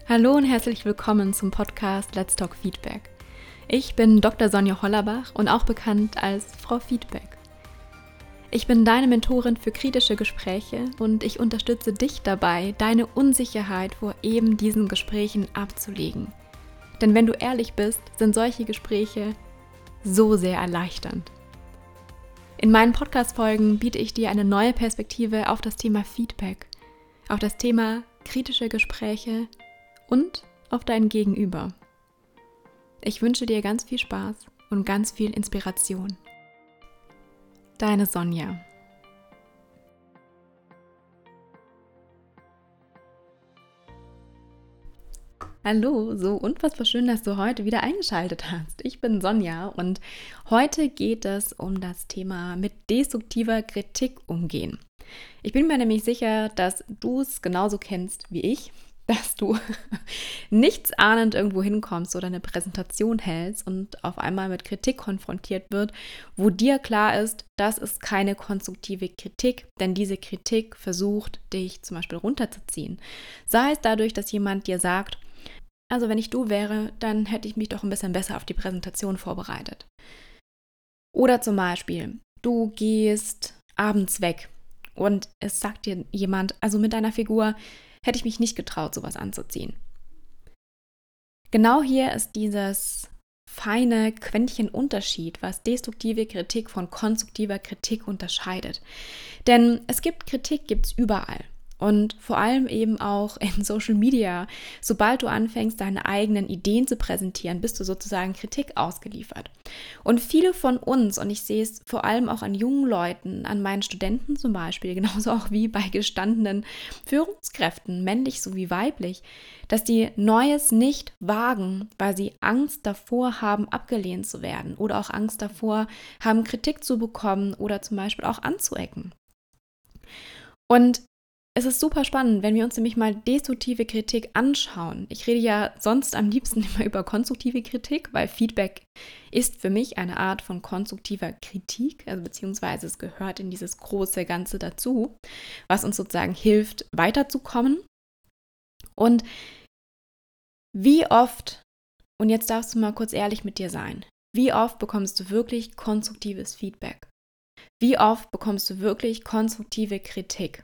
Hallo und herzlich willkommen zum Podcast Let's Talk Feedback. Ich bin Dr. Sonja Hollerbach und auch bekannt als Frau Feedback. Ich bin deine Mentorin für kritische Gespräche und ich unterstütze dich dabei, deine Unsicherheit vor eben diesen Gesprächen abzulegen. Denn wenn du ehrlich bist, sind solche Gespräche so sehr erleichternd. In meinen Podcast-Folgen biete ich dir eine neue Perspektive auf das Thema Feedback, auf das Thema kritische Gespräche und auf dein Gegenüber. Ich wünsche dir ganz viel Spaß und ganz viel Inspiration. Deine Sonja. Hallo, so unfassbar schön, dass du heute wieder eingeschaltet hast. Ich bin Sonja und heute geht es um das Thema mit destruktiver Kritik umgehen. Ich bin mir nämlich sicher, dass du es genauso kennst wie ich, dass du nichtsahnend irgendwo hinkommst oder eine Präsentation hältst und auf einmal mit Kritik konfrontiert wird, wo dir klar ist, das ist keine konstruktive Kritik, denn diese Kritik versucht, dich zum Beispiel runterzuziehen. Sei es dadurch, dass jemand dir sagt, also wenn ich du wäre, dann hätte ich mich doch ein bisschen besser auf die Präsentation vorbereitet. Oder zum Beispiel, du gehst abends weg und es sagt dir jemand, also mit deiner Figur hätte ich mich nicht getraut, sowas anzuziehen. Genau hier ist dieses feine Quäntchen Unterschied, was destruktive Kritik von konstruktiver Kritik unterscheidet. Denn Kritik gibt es überall. Und vor allem eben auch in Social Media. Sobald du anfängst, deine eigenen Ideen zu präsentieren, bist du sozusagen Kritik ausgeliefert. Und viele von uns, und ich sehe es vor allem auch an jungen Leuten, an meinen Studenten zum Beispiel, genauso auch wie bei gestandenen Führungskräften, männlich sowie weiblich, dass die Neues nicht wagen, weil sie Angst davor haben, abgelehnt zu werden oder auch Angst davor haben, Kritik zu bekommen oder zum Beispiel auch anzuecken. Und es ist super spannend, wenn wir uns nämlich mal destruktive Kritik anschauen. Ich rede ja sonst am liebsten immer über konstruktive Kritik, weil Feedback ist für mich eine Art von konstruktiver Kritik, also beziehungsweise es gehört in dieses große Ganze dazu, was uns sozusagen hilft, weiterzukommen. Und wie oft, und jetzt darfst du mal kurz ehrlich mit dir sein, wie oft bekommst du wirklich konstruktives Feedback? Wie oft bekommst du wirklich konstruktive Kritik?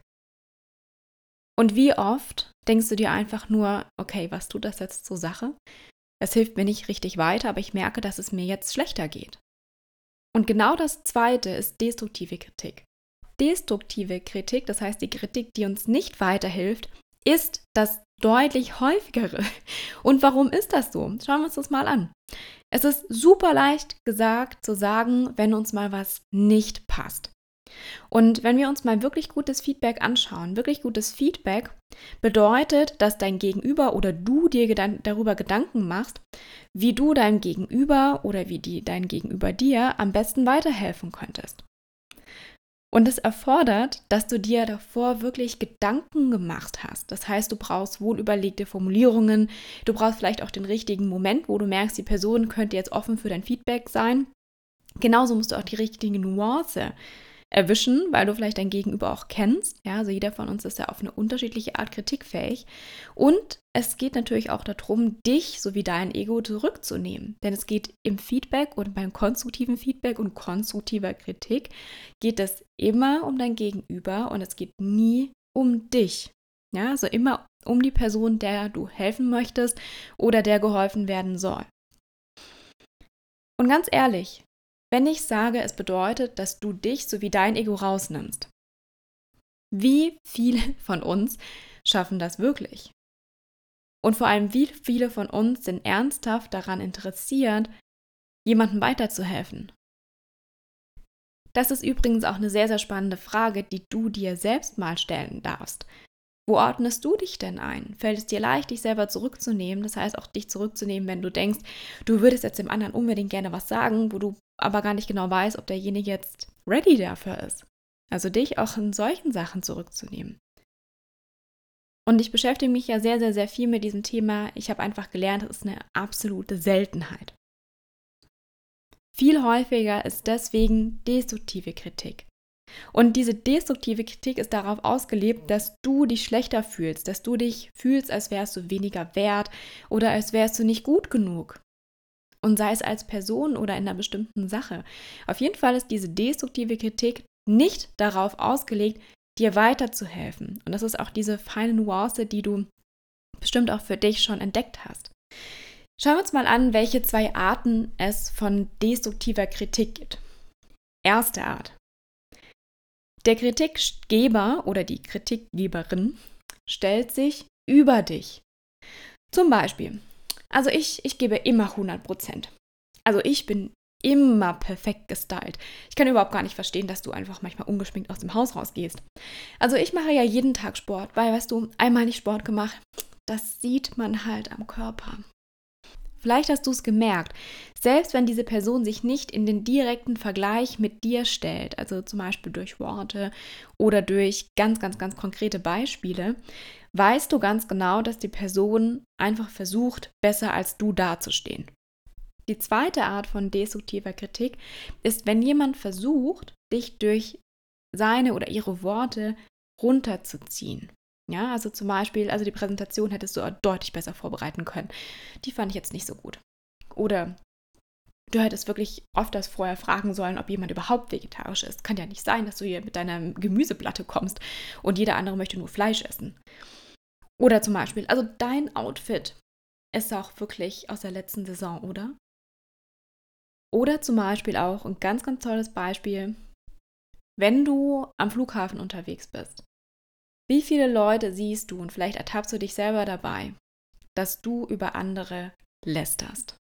Und wie oft denkst du dir einfach nur, okay, was tut das jetzt zur Sache? Es hilft mir nicht richtig weiter, aber ich merke, dass es mir jetzt schlechter geht. Und genau das Zweite ist destruktive Kritik. Destruktive Kritik, das heißt die Kritik, die uns nicht weiterhilft, ist das deutlich häufigere. Und warum ist das so? Schauen wir uns das mal an. Es ist super leicht gesagt zu sagen, wenn uns mal was nicht passt. Und wenn wir uns mal wirklich gutes Feedback anschauen, wirklich gutes Feedback bedeutet, dass dein Gegenüber oder du dir darüber Gedanken machst, wie du deinem Gegenüber oder dein Gegenüber dir am besten weiterhelfen könntest. Und es erfordert, dass du dir davor wirklich Gedanken gemacht hast. Das heißt, du brauchst wohlüberlegte Formulierungen, du brauchst vielleicht auch den richtigen Moment, wo du merkst, die Person könnte jetzt offen für dein Feedback sein. Genauso musst du auch die richtige Nuance erwischen, weil du vielleicht dein Gegenüber auch kennst. Ja, also jeder von uns ist ja auf eine unterschiedliche Art kritikfähig. Und es geht natürlich auch darum, dich sowie dein Ego zurückzunehmen. Denn es geht im Feedback und beim konstruktiven Feedback und konstruktiver Kritik geht es immer um dein Gegenüber und es geht nie um dich. Ja, also immer um die Person, der du helfen möchtest oder der geholfen werden soll. Und ganz ehrlich, wenn ich sage, es bedeutet, dass du dich sowie dein Ego rausnimmst, wie viele von uns schaffen das wirklich? Und vor allem, wie viele von uns sind ernsthaft daran interessiert, jemandem weiterzuhelfen? Das ist übrigens auch eine sehr, sehr spannende Frage, die du dir selbst mal stellen darfst. Wo ordnest du dich denn ein? Fällt es dir leicht, dich selber zurückzunehmen? Das heißt auch dich zurückzunehmen, wenn du denkst, du würdest jetzt dem anderen unbedingt gerne was sagen, wo du aber gar nicht genau weißt, ob derjenige jetzt ready dafür ist. Also dich auch in solchen Sachen zurückzunehmen. Und ich beschäftige mich ja sehr, sehr, sehr viel mit diesem Thema. Ich habe einfach gelernt, es ist eine absolute Seltenheit. Viel häufiger ist deswegen destruktive Kritik. Und diese destruktive Kritik ist darauf ausgelegt, dass du dich schlechter fühlst, dass du dich fühlst, als wärst du weniger wert oder als wärst du nicht gut genug. Und sei es als Person oder in einer bestimmten Sache. Auf jeden Fall ist diese destruktive Kritik nicht darauf ausgelegt, dir weiterzuhelfen. Und das ist auch diese feine Nuance, die du bestimmt auch für dich schon entdeckt hast. Schauen wir uns mal an, welche 2 Arten es von destruktiver Kritik gibt. Erste Art. Der Kritikgeber oder die Kritikgeberin stellt sich über dich. Zum Beispiel, also ich gebe immer 100%. Also ich bin immer perfekt gestylt. Ich kann überhaupt gar nicht verstehen, dass du einfach manchmal ungeschminkt aus dem Haus rausgehst. Also ich mache ja jeden Tag Sport, weil, weißt du, einmal nicht Sport gemacht, das sieht man halt am Körper. Vielleicht hast du es gemerkt, selbst wenn diese Person sich nicht in den direkten Vergleich mit dir stellt, also zum Beispiel durch Worte oder durch ganz, ganz, ganz konkrete Beispiele, weißt du ganz genau, dass die Person einfach versucht, besser als du dazustehen. Die zweite Art von destruktiver Kritik ist, wenn jemand versucht, dich durch seine oder ihre Worte runterzuziehen. Ja, also zum Beispiel, die Präsentation hättest du deutlich besser vorbereiten können. Die fand ich jetzt nicht so gut. Oder du hättest wirklich öfters vorher fragen sollen, ob jemand überhaupt vegetarisch ist. Kann ja nicht sein, dass du hier mit deiner Gemüseplatte kommst und jeder andere möchte nur Fleisch essen. Oder zum Beispiel, also dein Outfit ist auch wirklich aus der letzten Saison, oder? Oder zum Beispiel auch ein ganz, ganz tolles Beispiel, wenn du am Flughafen unterwegs bist. Wie viele Leute siehst du und vielleicht ertappst du dich selber dabei, dass du über andere lästerst?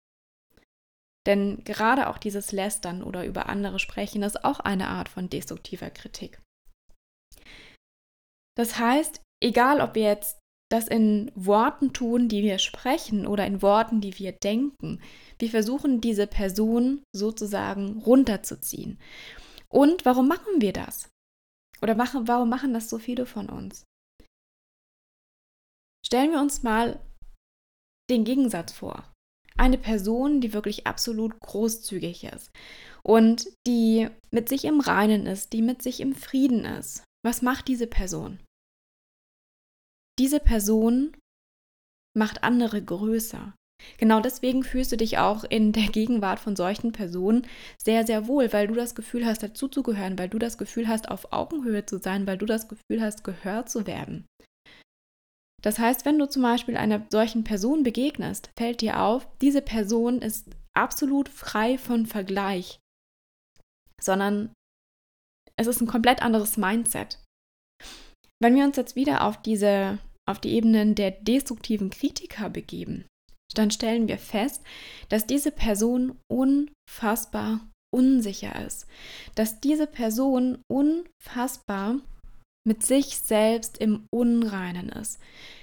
Denn gerade auch dieses Lästern oder über andere sprechen ist auch eine Art von destruktiver Kritik. Das heißt, egal ob wir jetzt das in Worten tun, die wir sprechen oder in Worten, die wir denken, wir versuchen diese Person sozusagen runterzuziehen. Und warum machen wir das? Oder warum machen das so viele von uns? Stellen wir uns mal den Gegensatz vor. Eine Person, die wirklich absolut großzügig ist und die mit sich im Reinen ist, die mit sich im Frieden ist. Was macht diese Person? Diese Person macht andere größer. Genau deswegen fühlst du dich auch in der Gegenwart von solchen Personen sehr, sehr wohl, weil du das Gefühl hast, dazuzugehören, weil du das Gefühl hast, auf Augenhöhe zu sein, weil du das Gefühl hast, gehört zu werden. Das heißt, wenn du zum Beispiel einer solchen Person begegnest, fällt dir auf, diese Person ist absolut frei von Vergleich, sondern es ist ein komplett anderes Mindset. Wenn wir uns jetzt wieder auf die Ebenen der destruktiven Kritiker begeben, dann stellen wir fest, dass diese Person unfassbar unsicher ist, dass diese Person unfassbar mit sich selbst im Unreinen ist.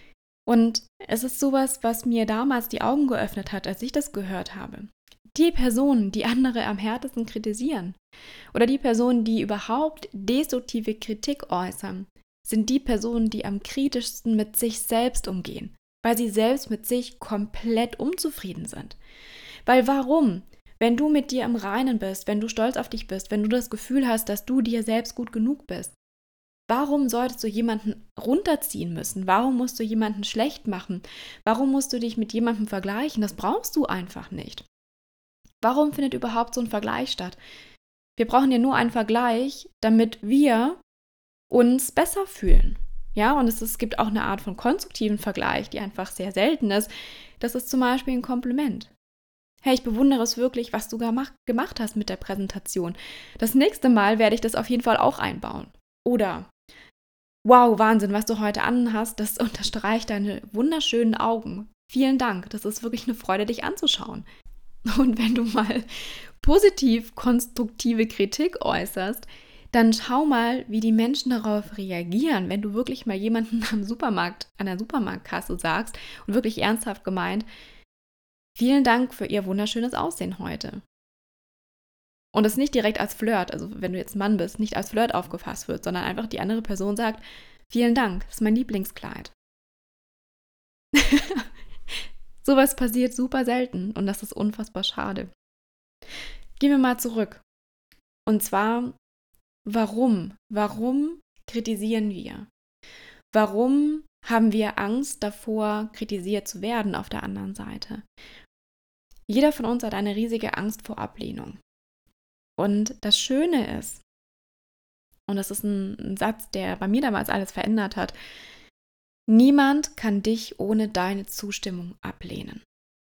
Und es ist sowas, was mir damals die Augen geöffnet hat, als ich das gehört habe. Die Personen, die andere am härtesten kritisieren oder die Personen, die überhaupt destruktive Kritik äußern, sind die Personen, die am kritischsten mit sich selbst umgehen, weil sie selbst mit sich komplett unzufrieden sind. Weil warum? Wenn du mit dir im Reinen bist, wenn du stolz auf dich bist, wenn du das Gefühl hast, dass du dir selbst gut genug bist, warum solltest du jemanden runterziehen müssen? Warum musst du jemanden schlecht machen? Warum musst du dich mit jemandem vergleichen? Das brauchst du einfach nicht. Warum findet überhaupt so ein Vergleich statt? Wir brauchen ja nur einen Vergleich, damit wir uns besser fühlen. Ja, und es gibt auch eine Art von konstruktiven Vergleich, die einfach sehr selten ist. Das ist zum Beispiel ein Kompliment. Hey, ich bewundere es wirklich, was du gemacht hast mit der Präsentation. Das nächste Mal werde ich das auf jeden Fall auch einbauen. Oder, wow, Wahnsinn, was du heute anhast, das unterstreicht deine wunderschönen Augen. Vielen Dank, das ist wirklich eine Freude, dich anzuschauen. Und wenn du mal positiv konstruktive Kritik äußerst, dann schau mal, wie die Menschen darauf reagieren, wenn du wirklich mal jemanden am Supermarkt, an der Supermarktkasse sagst und wirklich ernsthaft gemeint, vielen Dank für Ihr wunderschönes Aussehen heute. Und es nicht direkt als Flirt, also wenn du jetzt Mann bist, nicht als Flirt aufgefasst wird, sondern einfach die andere Person sagt, vielen Dank, das ist mein Lieblingskleid. Sowas passiert super selten und das ist unfassbar schade. Gehen wir mal zurück. Und zwar, warum? Warum kritisieren wir? Warum haben wir Angst davor, kritisiert zu werden auf der anderen Seite? Jeder von uns hat eine riesige Angst vor Ablehnung. Und das Schöne ist, und das ist ein Satz, der bei mir damals alles verändert hat, niemand kann dich ohne deine Zustimmung ablehnen.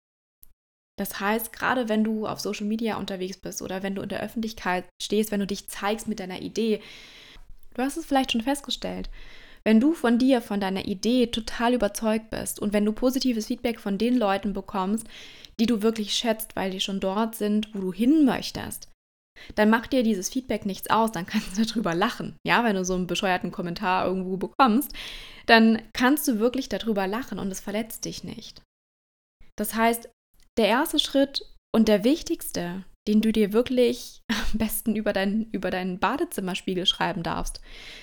Das heißt, gerade wenn du auf Social Media unterwegs bist oder wenn du in der Öffentlichkeit stehst, wenn du dich zeigst mit deiner Idee, du hast es vielleicht schon festgestellt, wenn du von dir, von deiner Idee total überzeugt bist und wenn du positives Feedback von den Leuten bekommst, die du wirklich schätzt, weil die schon dort sind, wo du hin möchtest, dann macht dir dieses Feedback nichts aus, dann kannst du darüber lachen. Ja, wenn du so einen bescheuerten Kommentar irgendwo bekommst, dann kannst du wirklich darüber lachen und es verletzt dich nicht. Das heißt, der erste Schritt und der wichtigste, den du dir wirklich am besten über deinen Badezimmerspiegel schreiben darfst,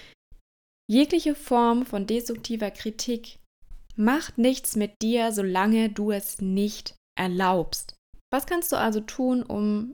jegliche Form von destruktiver Kritik macht nichts mit dir, solange du es nicht erlaubst. Was kannst du also tun, um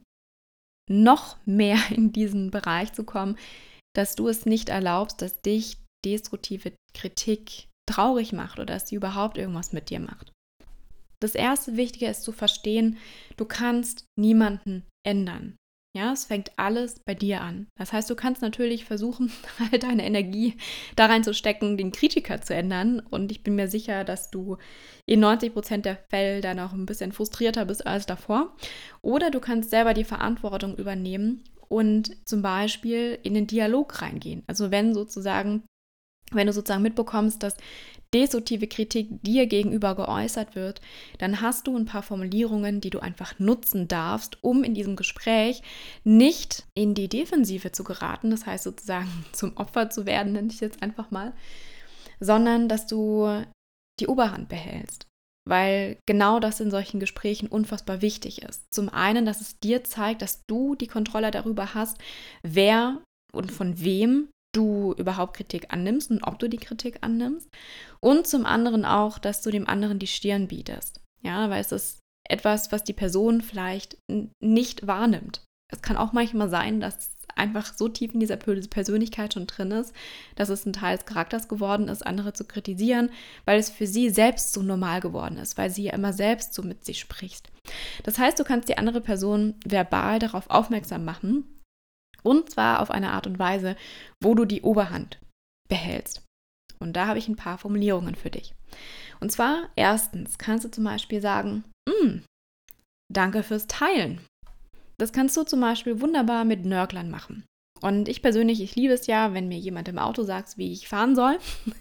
noch mehr in diesen Bereich zu kommen, dass du es nicht erlaubst, dass dich destruktive Kritik traurig macht oder dass sie überhaupt irgendwas mit dir macht? Das erste Wichtige ist zu verstehen, du kannst niemanden ändern. Ja, es fängt alles bei dir an. Das heißt, du kannst natürlich versuchen, halt deine Energie da reinzustecken, den Kritiker zu ändern. Und ich bin mir sicher, dass du in 90% der Fälle dann auch ein bisschen frustrierter bist als davor. Oder du kannst selber die Verantwortung übernehmen und zum Beispiel in den Dialog reingehen. Also wenn du sozusagen mitbekommst, dass destruktive Kritik dir gegenüber geäußert wird, dann hast du ein paar Formulierungen, die du einfach nutzen darfst, um in diesem Gespräch nicht in die Defensive zu geraten, das heißt sozusagen zum Opfer zu werden, nenne ich jetzt einfach mal, sondern dass du die Oberhand behältst. Weil genau das in solchen Gesprächen unfassbar wichtig ist. Zum einen, dass es dir zeigt, dass du die Kontrolle darüber hast, wer und von wem du überhaupt Kritik annimmst und ob du die Kritik annimmst. Und zum anderen auch, dass du dem anderen die Stirn bietest. Ja, weil es ist etwas, was die Person vielleicht nicht wahrnimmt. Es kann auch manchmal sein, dass es einfach so tief in dieser Persönlichkeit schon drin ist, dass es ein Teil des Charakters geworden ist, andere zu kritisieren, weil es für sie selbst so normal geworden ist, weil sie ja immer selbst so mit sich spricht. Das heißt, du kannst die andere Person verbal darauf aufmerksam machen, und zwar auf eine Art und Weise, wo du die Oberhand behältst. Und da habe ich ein paar Formulierungen für dich. Und zwar erstens kannst du zum Beispiel sagen, danke fürs Teilen. Das kannst du zum Beispiel wunderbar mit Nörglern machen. Und ich persönlich, ich liebe es ja, wenn mir jemand im Auto sagt, wie ich fahren soll.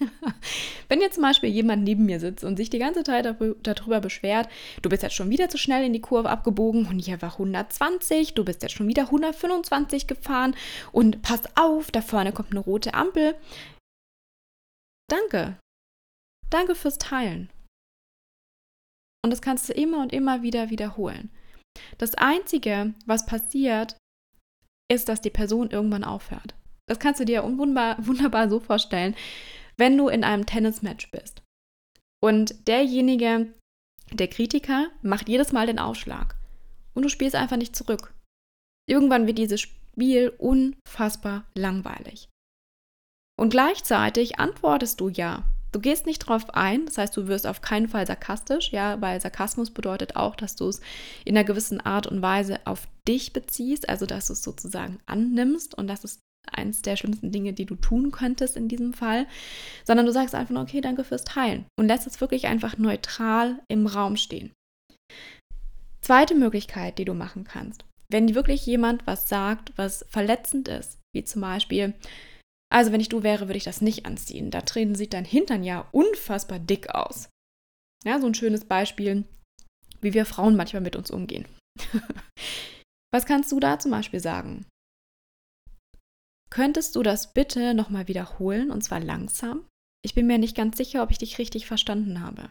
Wenn jetzt zum Beispiel jemand neben mir sitzt und sich die ganze Zeit darüber beschwert, du bist jetzt schon wieder zu schnell in die Kurve abgebogen und hier war 120, du bist jetzt schon wieder 125 gefahren und pass auf, da vorne kommt eine rote Ampel. Danke. Danke fürs Teilen. Und das kannst du immer und immer wieder wiederholen. Das Einzige, was passiert, ist, dass die Person irgendwann aufhört. Das kannst du dir wunderbar so vorstellen, wenn du in einem Tennismatch bist und derjenige, der Kritiker, macht jedes Mal den Aufschlag und du spielst einfach nicht zurück. Irgendwann wird dieses Spiel unfassbar langweilig. Und gleichzeitig antwortest du ja. Du gehst nicht drauf ein, das heißt, du wirst auf keinen Fall sarkastisch, ja, weil Sarkasmus bedeutet auch, dass du es in einer gewissen Art und Weise auf dich beziehst, also dass du es sozusagen annimmst und das ist eins der schlimmsten Dinge, die du tun könntest in diesem Fall, sondern du sagst einfach nur, okay, danke fürs Teilen und lässt es wirklich einfach neutral im Raum stehen. Zweite Möglichkeit, die du machen kannst, wenn wirklich jemand was sagt, was verletzend ist, wie zum Beispiel, also wenn ich du wäre, würde ich das nicht anziehen. Da sieht dein Hintern ja unfassbar dick aus. Ja, so ein schönes Beispiel, wie wir Frauen manchmal mit uns umgehen. Was kannst du da zum Beispiel sagen? Könntest du das bitte nochmal wiederholen und zwar langsam? Ich bin mir nicht ganz sicher, ob ich dich richtig verstanden habe.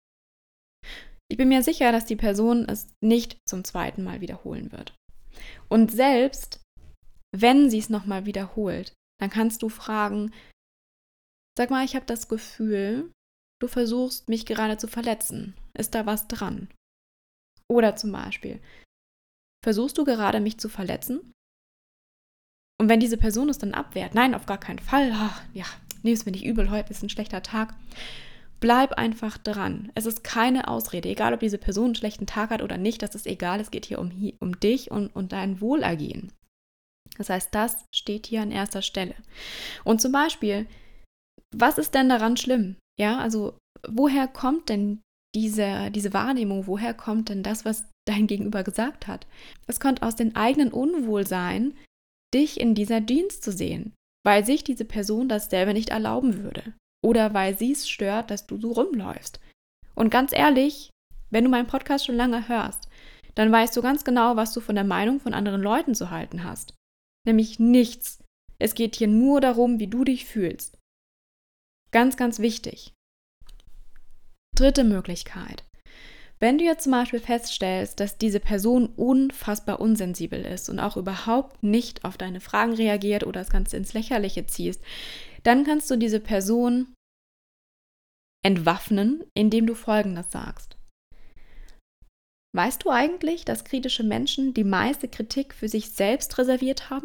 Ich bin mir sicher, dass die Person es nicht zum zweiten Mal wiederholen wird. Und selbst wenn sie es nochmal wiederholt, dann kannst du fragen, sag mal, ich habe das Gefühl, du versuchst, mich gerade zu verletzen. Ist da was dran? Oder zum Beispiel, versuchst du gerade, mich zu verletzen? Und wenn diese Person es dann abwehrt, nein, auf gar keinen Fall, ja, nee, ist mir nicht übel, heute ist ein schlechter Tag, bleib einfach dran. Es ist keine Ausrede, egal ob diese Person einen schlechten Tag hat oder nicht, das ist egal, es geht hier um dich und dein Wohlergehen. Das heißt, das steht hier an erster Stelle. Und zum Beispiel, was ist denn daran schlimm? Ja, also woher kommt denn diese Wahrnehmung, woher kommt denn das, was dein Gegenüber gesagt hat? Es kommt aus dem eigenen Unwohlsein, dich in dieser Dienst zu sehen, weil sich diese Person das selber nicht erlauben würde oder weil sie es stört, dass du so rumläufst. Und ganz ehrlich, wenn du meinen Podcast schon lange hörst, dann weißt du ganz genau, was du von der Meinung von anderen Leuten zu halten hast. Nämlich nichts. Es geht hier nur darum, wie du dich fühlst. Ganz, ganz wichtig. Dritte Möglichkeit. Wenn du jetzt zum Beispiel feststellst, dass diese Person unfassbar unsensibel ist und auch überhaupt nicht auf deine Fragen reagiert oder das Ganze ins Lächerliche ziehst, dann kannst du diese Person entwaffnen, indem du Folgendes sagst. Weißt du eigentlich, dass kritische Menschen die meiste Kritik für sich selbst reserviert haben?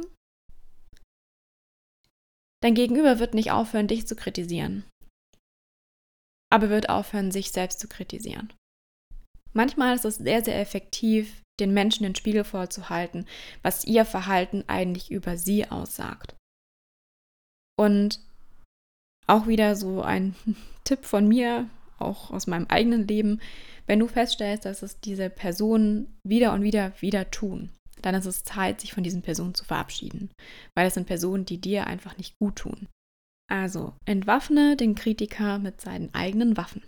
Dein Gegenüber wird nicht aufhören, dich zu kritisieren, aber wird aufhören, sich selbst zu kritisieren. Manchmal ist es sehr, sehr effektiv, den Menschen den Spiegel vorzuhalten, was ihr Verhalten eigentlich über sie aussagt. Und auch wieder so ein Tipp von mir, auch aus meinem eigenen Leben, wenn du feststellst, dass es diese Personen wieder und wieder tun, dann ist es Zeit, sich von diesen Personen zu verabschieden, weil es sind Personen, die dir einfach nicht gut tun. Also entwaffne den Kritiker mit seinen eigenen Waffen.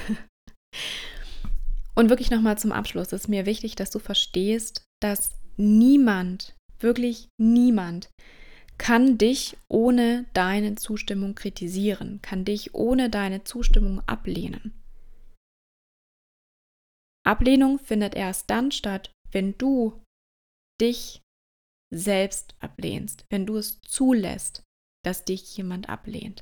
Und wirklich nochmal zum Abschluss, ist mir wichtig, dass du verstehst, dass niemand, wirklich niemand, kann dich ohne deine Zustimmung kritisieren, kann dich ohne deine Zustimmung ablehnen. Ablehnung findet erst dann statt, wenn du dich selbst ablehnst, wenn du es zulässt, dass dich jemand ablehnt.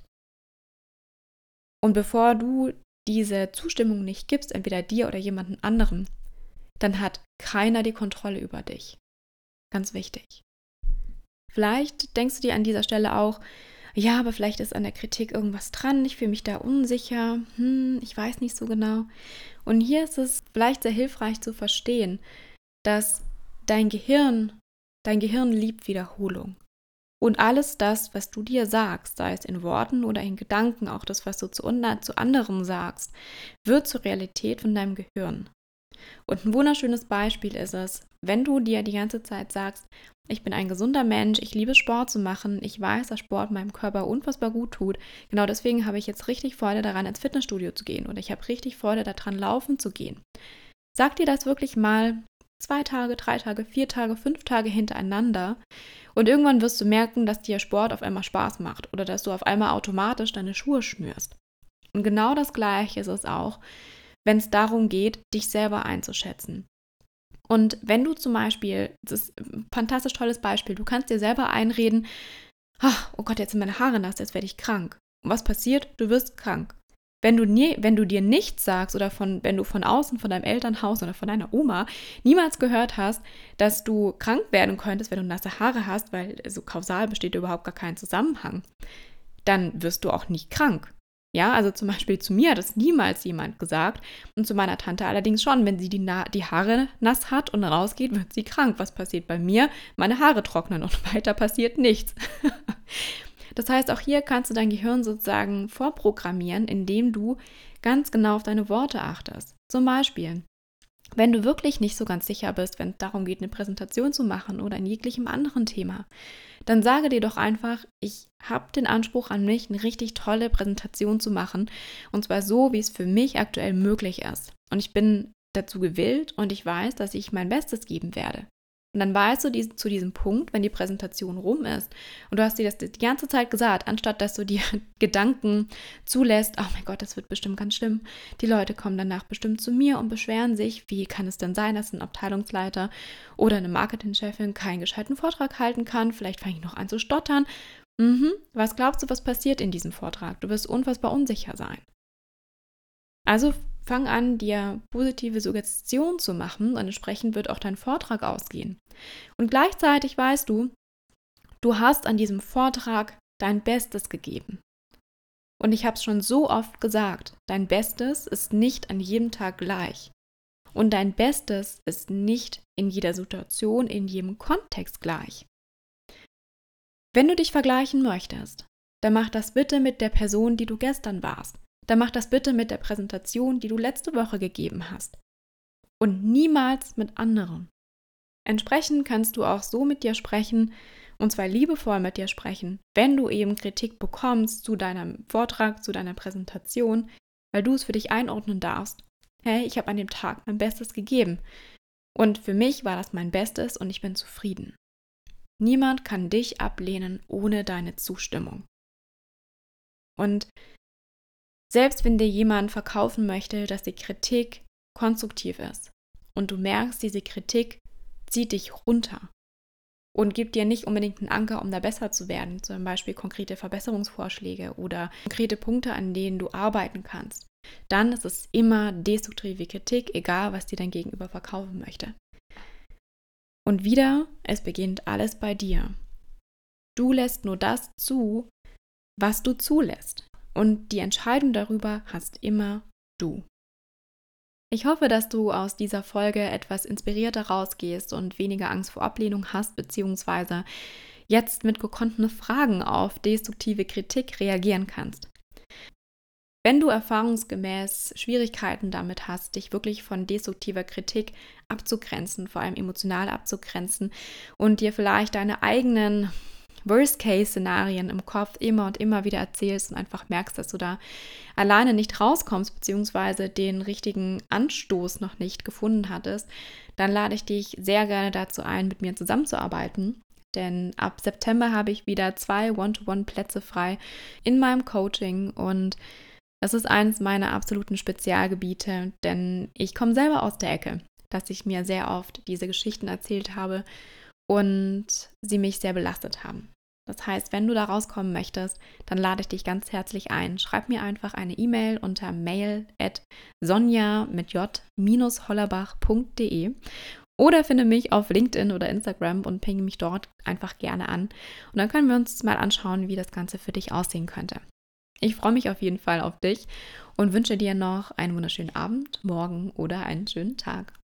Und bevor du diese Zustimmung nicht gibst, entweder dir oder jemandem anderen, dann hat keiner die Kontrolle über dich. Ganz wichtig. Vielleicht denkst du dir an dieser Stelle auch, ja, aber vielleicht ist an der Kritik irgendwas dran, ich fühle mich da unsicher, ich weiß nicht so genau. Und hier ist es vielleicht sehr hilfreich zu verstehen, dass dein Gehirn liebt Wiederholung. Und alles das, was du dir sagst, sei es in Worten oder in Gedanken, auch das, was du zu anderen sagst, wird zur Realität von deinem Gehirn. Und ein wunderschönes Beispiel ist es, wenn du dir die ganze Zeit sagst, ich bin ein gesunder Mensch, ich liebe Sport zu machen, ich weiß, dass Sport meinem Körper unfassbar gut tut. Genau deswegen habe ich jetzt richtig Freude daran, ins Fitnessstudio zu gehen oder ich habe richtig Freude daran, laufen zu gehen. Sag dir das wirklich mal 2 Tage, 3 Tage, 4 Tage, 5 Tage hintereinander und irgendwann wirst du merken, dass dir Sport auf einmal Spaß macht oder dass du auf einmal automatisch deine Schuhe schnürst. Und genau das Gleiche ist es auch, wenn es darum geht, dich selber einzuschätzen. Und wenn du zum Beispiel, das ist ein fantastisch tolles Beispiel, du kannst dir selber einreden, oh Gott, jetzt sind meine Haare nass, jetzt werde ich krank. Und was passiert? Du wirst krank. Wenn du dir nichts sagst oder wenn du von außen, von deinem Elternhaus oder von deiner Oma niemals gehört hast, dass du krank werden könntest, wenn du nasse Haare hast, weil so kausal besteht überhaupt gar kein Zusammenhang, dann wirst du auch nicht krank. Ja, also zum Beispiel zu mir hat das niemals jemand gesagt und zu meiner Tante allerdings schon. Wenn sie die Haare nass hat und rausgeht, wird sie krank. Was passiert bei mir? Meine Haare trocknen und weiter passiert nichts. Das heißt, auch hier kannst du dein Gehirn sozusagen vorprogrammieren, indem du ganz genau auf deine Worte achtest. Zum Beispiel, wenn du wirklich nicht so ganz sicher bist, wenn es darum geht, eine Präsentation zu machen oder in jeglichem anderen Thema, dann sage dir doch einfach, ich habe den Anspruch an mich, eine richtig tolle Präsentation zu machen und zwar so, wie es für mich aktuell möglich ist. Und ich bin dazu gewillt und ich weiß, dass ich mein Bestes geben werde. Und dann weißt du zu diesem Punkt, wenn die Präsentation rum ist und du hast dir das die ganze Zeit gesagt, anstatt dass du dir Gedanken zulässt, oh mein Gott, das wird bestimmt ganz schlimm. Die Leute kommen danach bestimmt zu mir und beschweren sich, wie kann es denn sein, dass ein Abteilungsleiter oder eine Marketingchefin keinen gescheiten Vortrag halten kann? Vielleicht fange ich noch an zu stottern. Was glaubst du, was passiert in diesem Vortrag? Du wirst unfassbar unsicher sein. Also fang an, dir positive Suggestion zu machen und entsprechend wird auch dein Vortrag ausgehen. Und gleichzeitig weißt du, du hast an diesem Vortrag dein Bestes gegeben. Und ich habe es schon so oft gesagt, dein Bestes ist nicht an jedem Tag gleich. Und dein Bestes ist nicht in jeder Situation, in jedem Kontext gleich. Wenn du dich vergleichen möchtest, dann mach das bitte mit der Person, die du gestern warst. Dann mach das bitte mit der Präsentation, die du letzte Woche gegeben hast. Und niemals mit anderen. Entsprechend kannst du auch so mit dir sprechen, und zwar liebevoll mit dir sprechen, wenn du eben Kritik bekommst zu deinem Vortrag, zu deiner Präsentation, weil du es für dich einordnen darfst. Hey, ich habe an dem Tag mein Bestes gegeben. Und für mich war das mein Bestes und ich bin zufrieden. Niemand kann dich ablehnen ohne deine Zustimmung. Und selbst wenn dir jemand verkaufen möchte, dass die Kritik konstruktiv ist und du merkst, diese Kritik zieht dich runter und gibt dir nicht unbedingt einen Anker, um da besser zu werden, zum Beispiel konkrete Verbesserungsvorschläge oder konkrete Punkte, an denen du arbeiten kannst, dann ist es immer destruktive Kritik, egal was dir dein Gegenüber verkaufen möchte. Und wieder, es beginnt alles bei dir. Du lässt nur das zu, was du zulässt. Und die Entscheidung darüber hast immer du. Ich hoffe, dass du aus dieser Folge etwas inspirierter rausgehst und weniger Angst vor Ablehnung hast, beziehungsweise jetzt mit gekonnten Fragen auf destruktive Kritik reagieren kannst. Wenn du erfahrungsgemäß Schwierigkeiten damit hast, dich wirklich von destruktiver Kritik abzugrenzen, vor allem emotional abzugrenzen und dir vielleicht deine eigenen Worst-Case-Szenarien im Kopf immer und immer wieder erzählst und einfach merkst, dass du da alleine nicht rauskommst, beziehungsweise den richtigen Anstoß noch nicht gefunden hattest, dann lade ich dich sehr gerne dazu ein, mit mir zusammenzuarbeiten. Denn ab September habe ich wieder 2 One-to-One-Plätze frei in meinem Coaching und das ist eines meiner absoluten Spezialgebiete, denn ich komme selber aus der Ecke, dass ich mir sehr oft diese Geschichten erzählt habe und sie mich sehr belastet haben. Das heißt, wenn du da rauskommen möchtest, dann lade ich dich ganz herzlich ein. Schreib mir einfach eine E-Mail unter mail@sonja-hollerbach.de oder finde mich auf LinkedIn oder Instagram und pinge mich dort einfach gerne an. Und dann können wir uns mal anschauen, wie das Ganze für dich aussehen könnte. Ich freue mich auf jeden Fall auf dich und wünsche dir noch einen wunderschönen Abend, morgen oder einen schönen Tag.